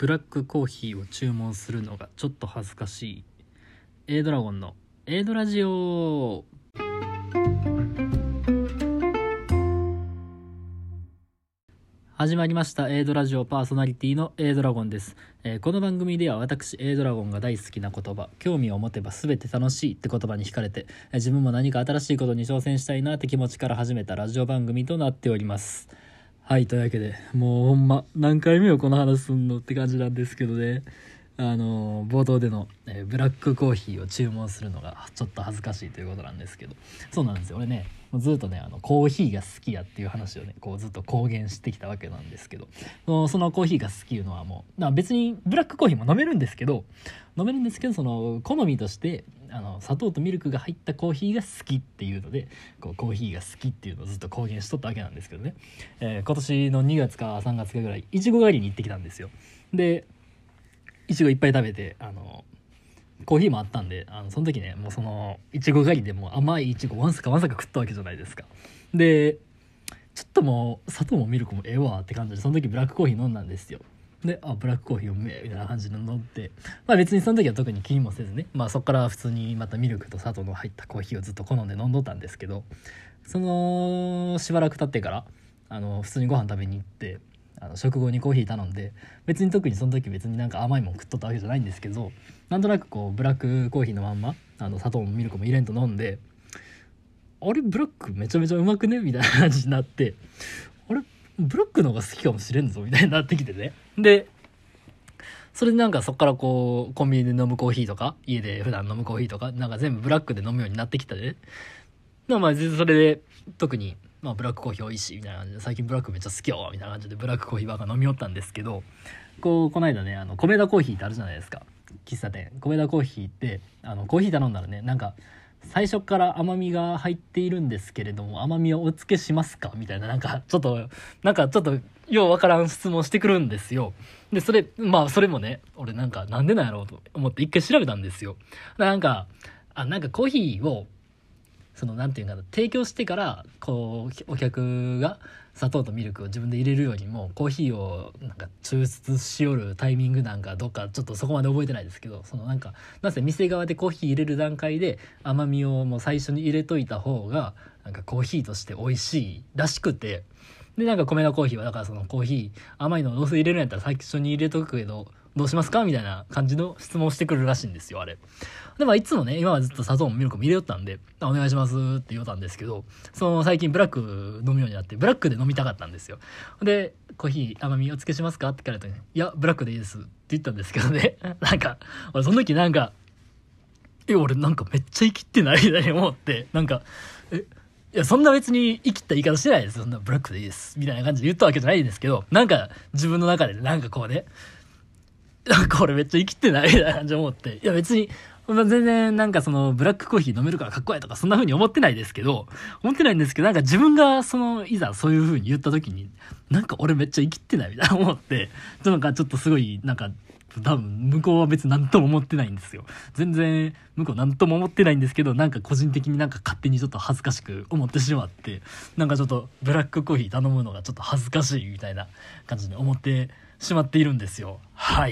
ブラックコーヒーを注文するのがちょっと恥ずかしい A ドラゴンの A ドラジオ。始まりました A ドラジオ、パーソナリティの A ドラゴンです。この番組では私 A ドラゴンが大好きな言葉、興味を持てば全て楽しいって言葉に惹かれて、自分も何か新しいことに挑戦したいなって気持ちから始めたラジオ番組となっております。はい、というわけでもうほんま何回目よこの話すんのって感じなんですけどね、冒頭での、ブラックコーヒーを注文するのがちょっと恥ずかしいということなんですけど、そうなんですよ。俺ねもうずっとねコーヒーが好きやっていう話をねこうずっと公言してきたわけなんですけど、そのコーヒーが好きいうのはもう別にブラックコーヒーも飲めるんですけどその好みとして砂糖とミルクが入ったコーヒーが好きっていうのでこうコーヒーが好きっていうのをずっと公言しとったわけなんですけどね、今年の2月か3月かぐらいいちご狩りに行ってきたんですよ。でいちごいっぱい食べてコーヒーもあったんでその時ねもうそのいちご狩りでもう甘いいちごわんさか食ったわけじゃないですか。でちょっともう砂糖もミルクもええわって感じでその時ブラックコーヒー飲んだんですよ。でブラックコーヒーうめえみたいな感じで飲んで、別にその時は特に気にもせずね、そっから普通にまたミルクと砂糖の入ったコーヒーをずっと好んで飲んどったんですけど、そのしばらく経ってから普通にご飯食べに行って食後にコーヒー頼んで、別に特にその時別になんか甘いもん食っとったわけじゃないんですけど、なんとなくこうブラックコーヒーのまんま砂糖もミルクも入れんと飲んで、あれブラックめちゃめちゃうまくねみたいな感じになって、あれブラックの方が好きかもしれんぞみたいになってきてね。でそれでなんかそっからこうコンビニで飲むコーヒーとか家で普段飲むコーヒーとかなんか全部ブラックで飲むようになってきたで、それで特にブラックコーヒー美味しいみたいな感じで最近ブラックめっちゃ好きよみたいな感じでブラックコーヒーばっか飲みよったんですけど、この間ね米田コーヒーってあるじゃないですか。喫茶店米田コーヒーってコーヒー頼んだらねなんか最初から甘みが入っているんですけれども甘みをお付けしますかみたいななんかちょっとようわからん質問してくるんですよ。でそれもね俺なんでなんやろうと思って一回調べたんですよ。なんかコーヒーをなんていうかな提供してからこうお客が砂糖とミルクを自分で入れるよりもコーヒーをなんか抽出しよるタイミングなんかどっかちょっとそこまで覚えてないですけど、なぜ店側でコーヒー入れる段階で甘みをもう最初に入れといた方がなんかコーヒーとして美味しいらしくて、で米田コーヒーはだからそのコーヒー甘いのをどうせ入れるんやったら最初に入れとくけどどうしますかみたいな感じの質問をしてくるらしいんですよあれで。いつもね今はずっと砂糖もミルクも入れよったんでお願いしますって言おったんですけど、最近ブラック飲むようになってブラックで飲みたかったんですよ。でコーヒー甘みお付けしますかって聞かれたら、いやブラックでいいですって言ったんですけどね俺その時俺めっちゃ生きってないみたいに思っていやそんな別に生きった言い方してないです。そんなブラックでいいですみたいな感じで言ったわけじゃないんですけど、自分の中でこうねこれめっちゃ生きってないみたいな感じで思って、いや別に全然ブラックコーヒー飲めるからかっこいいとかそんな風に思ってないんですけど自分がいざそういう風に言った時に俺めっちゃ生きってないみたいな思って、ちょっとすごい多分向こうは別に何とも思ってないんですよ。全然向こう何とも思ってないんですけど個人的に勝手にちょっと恥ずかしく思ってしまって、ちょっとブラックコーヒー頼むのがちょっと恥ずかしいみたいな感じで思ってしまっているんですよ。はい。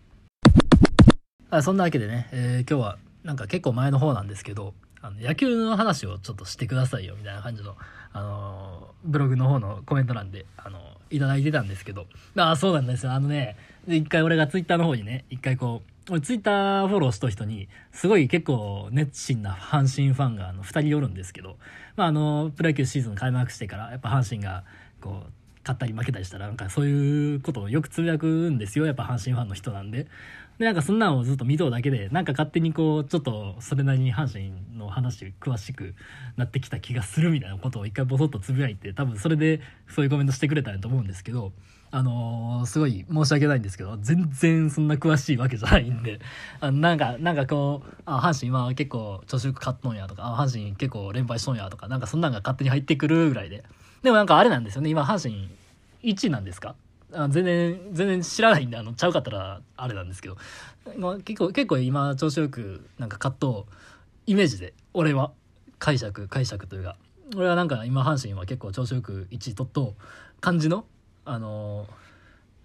そんなわけでね、今日は結構前の方なんですけど野球の話をちょっとしてくださいよみたいな感じのブログの方のコメント欄でいただいてたんですけど、そうなんですよ。一回俺がツイッターの方にね俺ツイッターフォローした人にすごい結構熱心な阪神ファンが2人おるんですけど、プロ野球シーズン開幕してからやっぱ阪神が勝ったり負けたりしたらそういうことをよくつぶやくんですよ。やっぱ阪神ファンの人なんで。そんなのをずっと見とうだけで勝手にちょっとそれなりに阪神の話詳しくなってきた気がするみたいなことを一回ボソッとつぶやいて、多分それでそういうコメントしてくれたんやと思うんですけど、すごい申し訳ないんですけど全然そんな詳しいわけじゃないんで、阪神今結構調子よく勝っとんやとか阪神結構連敗しとんやとかそんなんが勝手に入ってくるぐらいで、でもあれなんですよね、今阪神1位なんですか。全然知らないんでちゃうかったらあれなんですけど、結構今調子よく勝っとイメージで俺は解釈というか、俺は今阪神は結構調子よく1位取っと感じの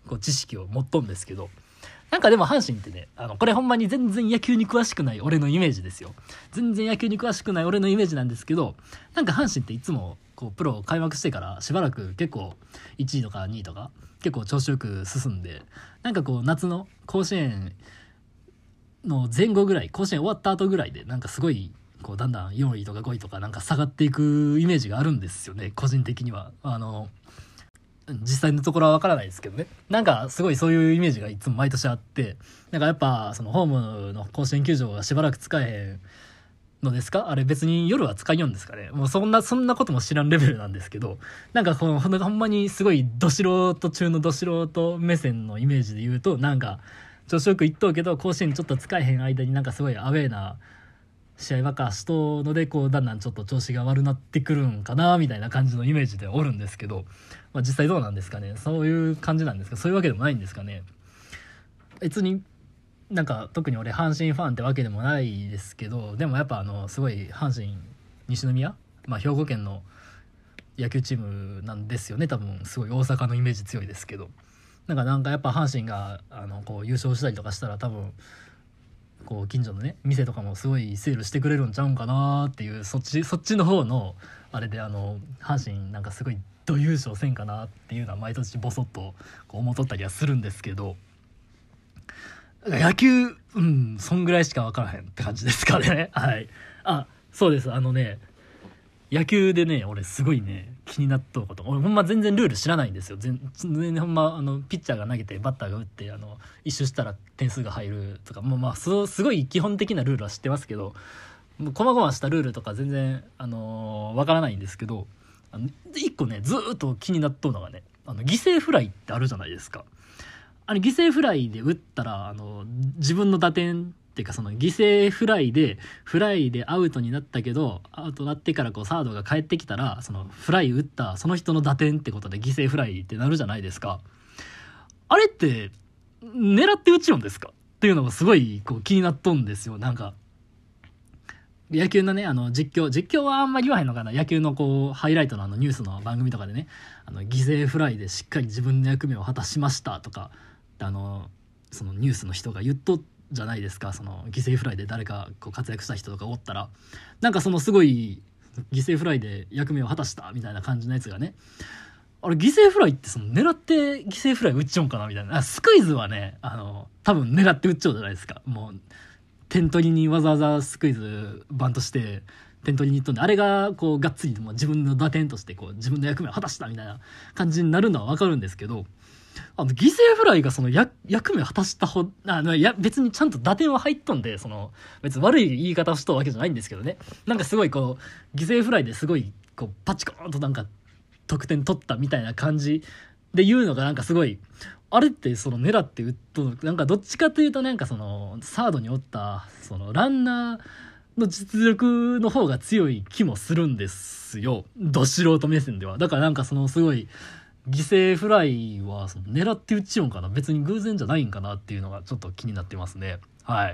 こう知識を持っとんですけど、なんかでも阪神ってね、これほんまに全然野球に詳しくない俺のイメージですよ。全然野球に詳しくない俺のイメージなんですけど、なんか阪神っていつもこうプロ開幕してからしばらく結構1位とか2位とか結構調子よく進んで、なんかこう夏の甲子園の前後ぐらい、甲子園終わった後ぐらいでなんかすごいこうだんだん4位とか5位とかなんか下がっていくイメージがあるんですよね、個人的には。実際のところはわからないですけどね、なんかすごいそういうイメージがいつも毎年あって、なんかやっぱそのホームの甲子園球場がしばらく使えへんのですか、あれ別に夜は使いよんですかね、もうそんなことも知らんレベルなんですけど、なんかこのほんまにすごいど素人中のど素人目線のイメージで言うと、なんか調子よくいっとうけど甲子園ちょっと使えへん間になんかすごいアウェーな試合ばっかしとので、こうだんだんちょっと調子が悪なってくるんかなみたいな感じのイメージでおるんですけど、まあ、実際どうなんですかね、そういう感じなんですか、そういうわけでもないんですかね。別になんか特に俺阪神ファンってわけでもないですけど、でもやっぱすごい阪神西宮、まあ、兵庫県の野球チームなんですよね、多分すごい大阪のイメージ強いですけど、なんかやっぱ阪神がこう優勝したりとかしたら多分こう近所のね店とかもすごいセールしてくれるんちゃうんかなっていう、そっちの方のあれで阪神なんかすごいど優勝せんかなっていうのは毎年ボソッとこう思っとったりはするんですけど、野球そんぐらいしか分からへんって感じですかね。はい。そうです。野球でね俺すごいね気になっとうこと、俺ほんま全然ルール知らないんですよ。全然ほんまピッチャーが投げてバッターが打って一周したら点数が入るとか、もうまあすごい基本的なルールは知ってますけど、もう細々したルールとか全然わからないんですけど、一個ねずーっと気になっとうのがね、犠牲フライってあるじゃないですか。犠牲フライで打ったら自分の打点っていうか、その犠牲フライでアウトになったけど、アウトになってからこうサードが帰ってきたらそのフライ打ったその人の打点ってことで犠牲フライってなるじゃないですか。あれって狙って打ちよんですかっていうのがすごいこう気になっとんですよ。なんか野球のね実況はあんまり言わへんのかな、野球のこうハイライトのニュースの番組とかでね、犠牲フライでしっかり自分の役目を果たしましたとかそのニュースの人が言っとじゃないですか。その犠牲フライで誰かこう活躍した人とかおったら、なんかそのすごい犠牲フライで役目を果たしたみたいな感じのやつがね、あれ犠牲フライってその狙って犠牲フライ打っちゃうんかなみたいな。スクイズはね多分狙って打っちゃうじゃないですか。もう点取りにわざわざスクイズバントして点取りに行っとんで、あれがこうがっつりもう自分の打点としてこう自分の役目を果たしたみたいな感じになるのは分かるんですけど、犠牲フライがその役目を果たした別にちゃんと打点は入っとんで、別に悪い言い方をしとるわけじゃないんですけどね、なんかすごいこう犠牲フライですごいこうパチコーンとなんか得点取ったみたいな感じで言うのがなんかすごい、あれってその狙って打っとなんかどっちかというとなんかそのサードにおったそのランナーの実力の方が強い気もするんですよ、ど素人目線では。だからなんかそのすごい犠牲フライはその狙って打ちよんかな、別に偶然じゃないんかなっていうのがちょっと気になってますね。はい。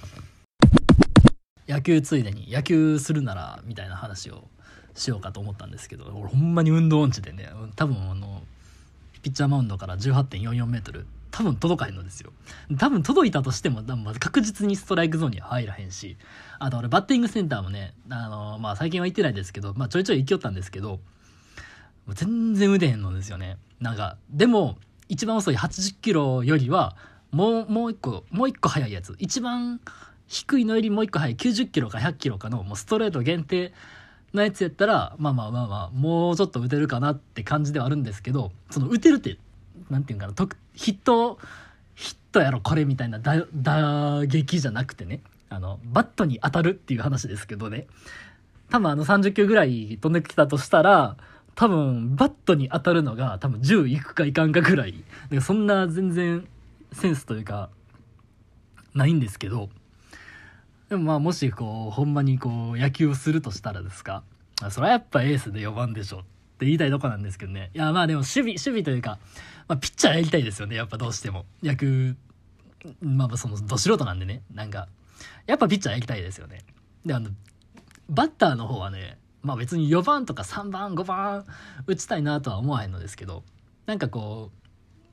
野球ついでに野球するならみたいな話をしようかと思ったんですけど、俺ほんまに運動音痴でね、多分ピッチャーマウンドから 18.44 メートル多分届かへんのですよ。多分届いたとしても確実にストライクゾーンには入らへんし、あと俺バッティングセンターもねまあ最近は行ってないですけど、まあちょいちょい行きよったんですけど、全然打てへんのですよね。なんかでも一番遅い80キロよりはもう一個速いやつ、一番低いのよりもう一個速い90キロか100キロかのもうストレート限定のやつやったらまあもうちょっと打てるかなって感じではあるんですけど、その打てるってなんていうんかな、ヒットやろこれみたいな打撃じゃなくてね、バットに当たるっていう話ですけどね、多分30球ぐらい飛んできたとしたら多分バットに当たるのが多分10いくかいかんかぐらいで、そんな全然センスというかないんですけど、でもまあもしこうほんまにこう野球をするとしたらですか、それはやっぱエースで4番でしょって言いたいとこなんですけどね。いやまあでも守備というか、まあ、ピッチャーやりたいですよね、やっぱどうしても。野球まあそのど素人なんでね、なんかやっぱピッチャーやりたいですよね。でバッターの方はね、まあ別に4番とか3番5番打ちたいなとは思わへんのですけど、なんかこう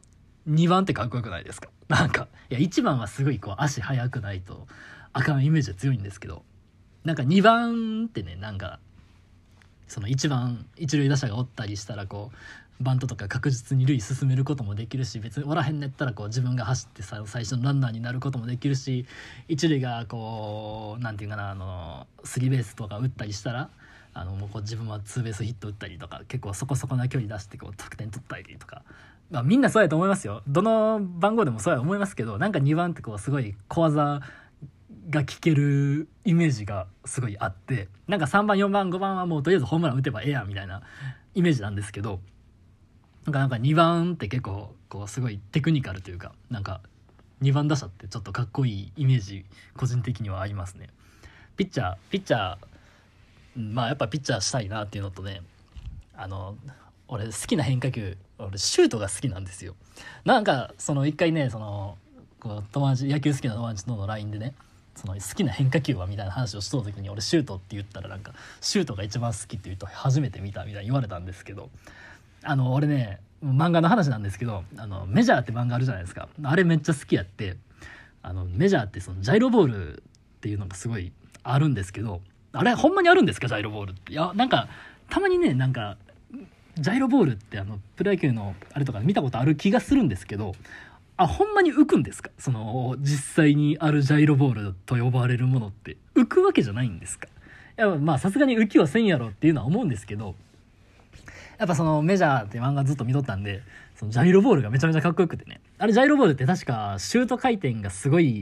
2番ってかっこよくないですか？なんかいや1番はすごいこう足速くないとあかんイメージが強いんですけど、なんか2番ってね、なんかその1番一塁打者がおったりしたらこうバントとか確実に塁進めることもできるし、別におらへんねったらこう自分が走って最初のランナーになることもできるし、一塁がこうなんていうかな、スリーベースとか打ったりしたらもうこう自分はツーベースヒット打ったりとか、結構そこそこな距離出してこう得点取ったりとか、まあ、みんなそうやと思いますよ。どの番号でもそうやと思いますけど、なんか2番ってこうすごい小技が聞けるイメージがすごいあって、なんか3番4番5番はもうとりあえずホームラン打てばええやんみたいなイメージなんですけど、なんか2番って結構こうすごいテクニカルというか、なんか2番打者ってちょっとかっこいいイメージ個人的にはありますね。ピッチャーまあやっぱピッチャーしたいなっていうのとね、俺好きな変化球、俺シュートが好きなんですよ。なんかその一回ね、こう友達、野球好きな友達との LINE でね、その好きな変化球はみたいな話をしとった時に、俺シュートって言ったら、なんかシュートが一番好きって言うと初めて見たみたいに言われたんですけど、俺ね、漫画の話なんですけど、メジャーって漫画あるじゃないですか。あれめっちゃ好きやって、メジャーってそのジャイロボールっていうのがすごいあるんですけど、あれほんまにあるんですかジャイロボールって。いや、なんかたまにね、なんかジャイロボールってプロ野球のあれとか見たことある気がするんですけど、ほんまに浮くんですか？その実際にあるジャイロボールと呼ばれるものって浮くわけじゃないんですか？いや、まあさすがに浮きはせんやろっていうのは思うんですけど、やっぱそのメジャーって漫画ずっと見とったんで、そのジャイロボールがめちゃめちゃかっこよくてね、あれジャイロボールって確かシュート回転が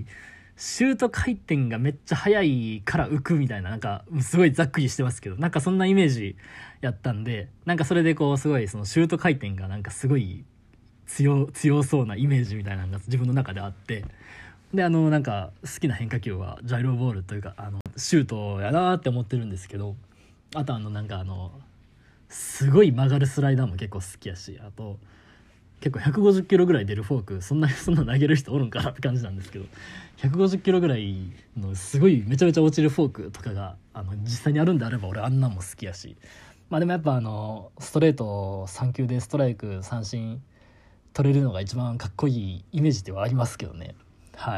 めっちゃ速いから浮くみたいな、なんかすごいざっくりしてますけど、なんかそんなイメージやったんで、なんかそれでこうすごいそのシュート回転がなんかすごい強そうなイメージみたいなのが自分の中であって、でなんか好きな変化球はジャイロボールというかシュートやなーって思ってるんですけど、あとなんかすごい曲がるスライダーも結構好きやし、あと結構150キロぐらい出るフォーク、そんな投げる人おるんかなって感じなんですけど、150キロぐらいのすごいめちゃめちゃ落ちるフォークとかが実際にあるんであれば俺あんなんも好きやし、まあでもやっぱストレート3球でストライク三振取れるのが一番かっこいいイメージではありますけどね。はい。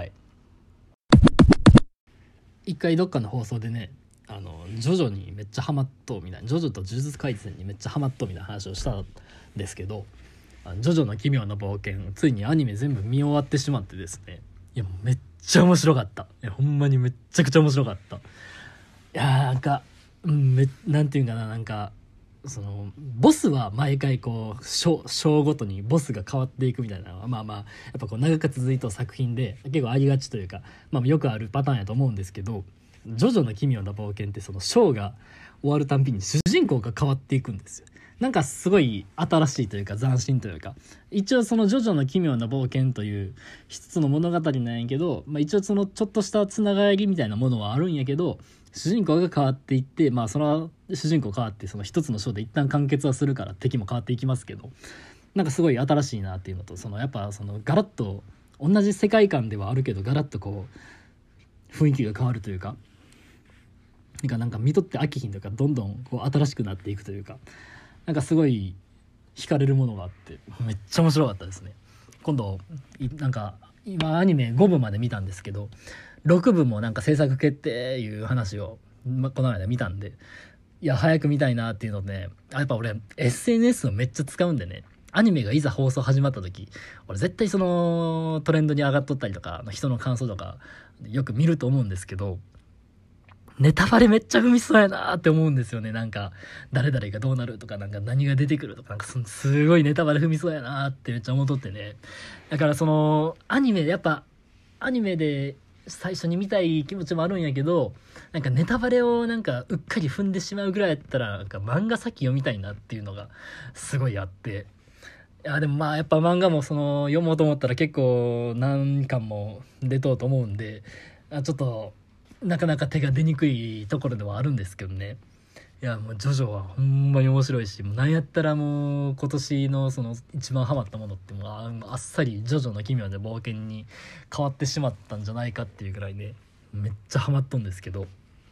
一回どっかの放送でね、ジョジョにめっちゃハマっとうみたいな、ジョジョと呪術廻戦にめっちゃハマっとうみたいな話をしたんですけど、ジョジョの奇妙な冒険、ついにアニメ全部見終わってしまってですね、いやめっちゃ面白かった。いやほんまにめっちゃくちゃ面白かった。いやなんか、なんていうんかな、なんかそのボスは毎回こう章ごとにボスが変わっていくみたいなのはまあやっぱこう長く続いた作品で結構ありがちというか、まあよくあるパターンやと思うんですけど、ジョジョの奇妙な冒険ってその章が終わるたんびに主人公が変わっていくんですよ。なんかすごい新しいというか斬新というか、一応そのジョジョの奇妙な冒険という一つの物語なんやけど、一応そのちょっとしたつながりみたいなものはあるんやけど、主人公が変わっていって、その主人公変わってその一つの章で一旦完結はするから敵も変わっていきますけど、なんかすごい新しいなっていうのと、やっぱそのガラッと同じ世界観ではあるけどガラッとこう雰囲気が変わるというか、なんか見とって飽きひんというか、どんどんこう新しくなっていくというか、なんかすごい惹かれるものがあってめっちゃ面白かったですね。今度なんか今アニメ5部まで見たんですけど、6部もなんか制作決定いう話を、この間見たんで、いや早く見たいなっていうのでね、やっぱ俺 SNS をめっちゃ使うんでね、アニメがいざ放送始まった時、俺絶対そのトレンドに上がっとったりとか人の感想とかよく見ると思うんですけど、ネタバレめっちゃ踏みそうやなって思うんですよね。なんか誰々がどうなるとか、なんか何が出てくるとか、なんかすごいネタバレ踏みそうやなってめっちゃ思っとってね。だからそのアニメで最初に見たい気持ちもあるんやけど、なんかネタバレをなんかうっかり踏んでしまうぐらいやったら、なんか漫画先読みたいなっていうのがすごいあって、いやでもやっぱ漫画も読もうと思ったら結構何巻も出とうと思うんで、ちょっとなかなか手が出にくいところではあるんですけどね。いやもうジョジョはほんまに面白いし、もうなんやったらもう今年の一番ハマったものってもうあっさりジョジョの奇妙な冒険に変わってしまったんじゃないかっていうぐらいね、めっちゃハマっとんですけど、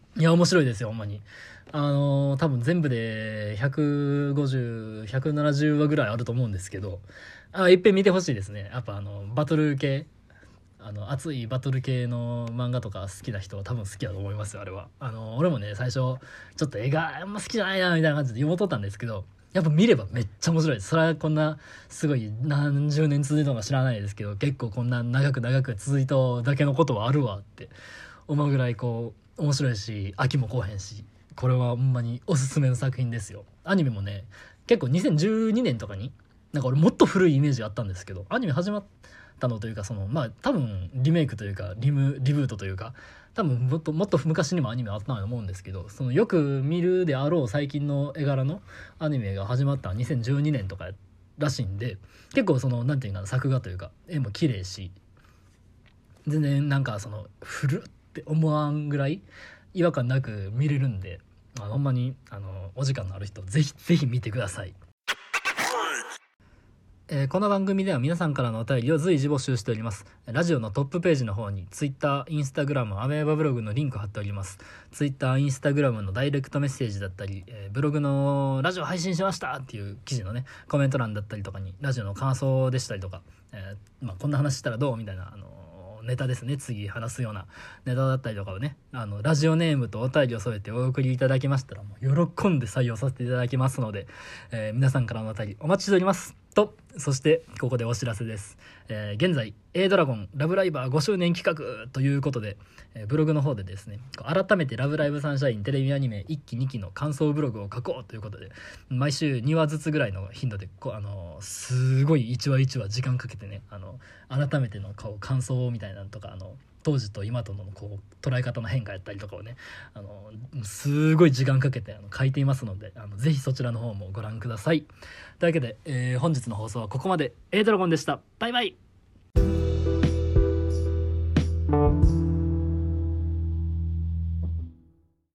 いや面白いですよほんまに。多分全部で150、170話ぐらいあると思うんですけど、いっぺん見てほしいですね。やっぱバトル系、熱いバトル系の漫画とか好きな人は多分好きだと思いますよ、あれは。俺もね、最初、ちょっと映画あんま好きじゃないな、みたいな感じで読もうとったんですけど、やっぱ見ればめっちゃ面白いです。それはこんな、すごい何十年続いたのか知らないですけど、結構こんな長く長く続いただけのことはあるわって思うぐらい面白いし、飽きもこうへんし、これはほんまにおすすめの作品ですよ。アニメもね、結構2012年とかに、なんか俺もっと古いイメージあったんですけど、アニメ始まったのというか、多分リメイクというかリブートというか、多分もっと昔にもアニメあったと思うんですけど、そのよく見るであろう最近の絵柄のアニメが始まったのは2012年とからしいんで、結構なんていうかな、作画というか絵も綺麗し、全然なんか古って思わんぐらい違和感なく見れるんで、ほんまにお時間のある人ぜひぜひ見てください。この番組では皆さんからのお便りを随時募集しております。ラジオのトップページの方に Twitter、Instagram、アメーバブログのリンク貼っております。Twitter、Instagram のダイレクトメッセージだったり、ブログのラジオ配信しましたっていう記事のね、コメント欄だったりとかにラジオの感想でしたりとか、こんな話したらどうみたいなネタですね、次話すようなネタだったりとかをね、ラジオネームとお便りを添えてお送りいただけましたら、もう喜んで採用させていただきますので、皆さんからのお便りお待ちしておりますと。そしてここでお知らせです。現在 A ドラゴンラブライバー5周年企画ということで、ブログの方でですね、改めてラブライブサンシャインテレビアニメ1期2期の感想ブログを書こうということで、毎週2話ずつぐらいの頻度ですごい1話1話時間かけてね、改めての感想みたいなのとか、当時と今との捉え方の変化やったりとかをね、すごい時間かけて書いていますので、ぜひそちらの方もご覧ください。というわけで、本日の放送はここまで。 A ドラゴンでした。バイバイ。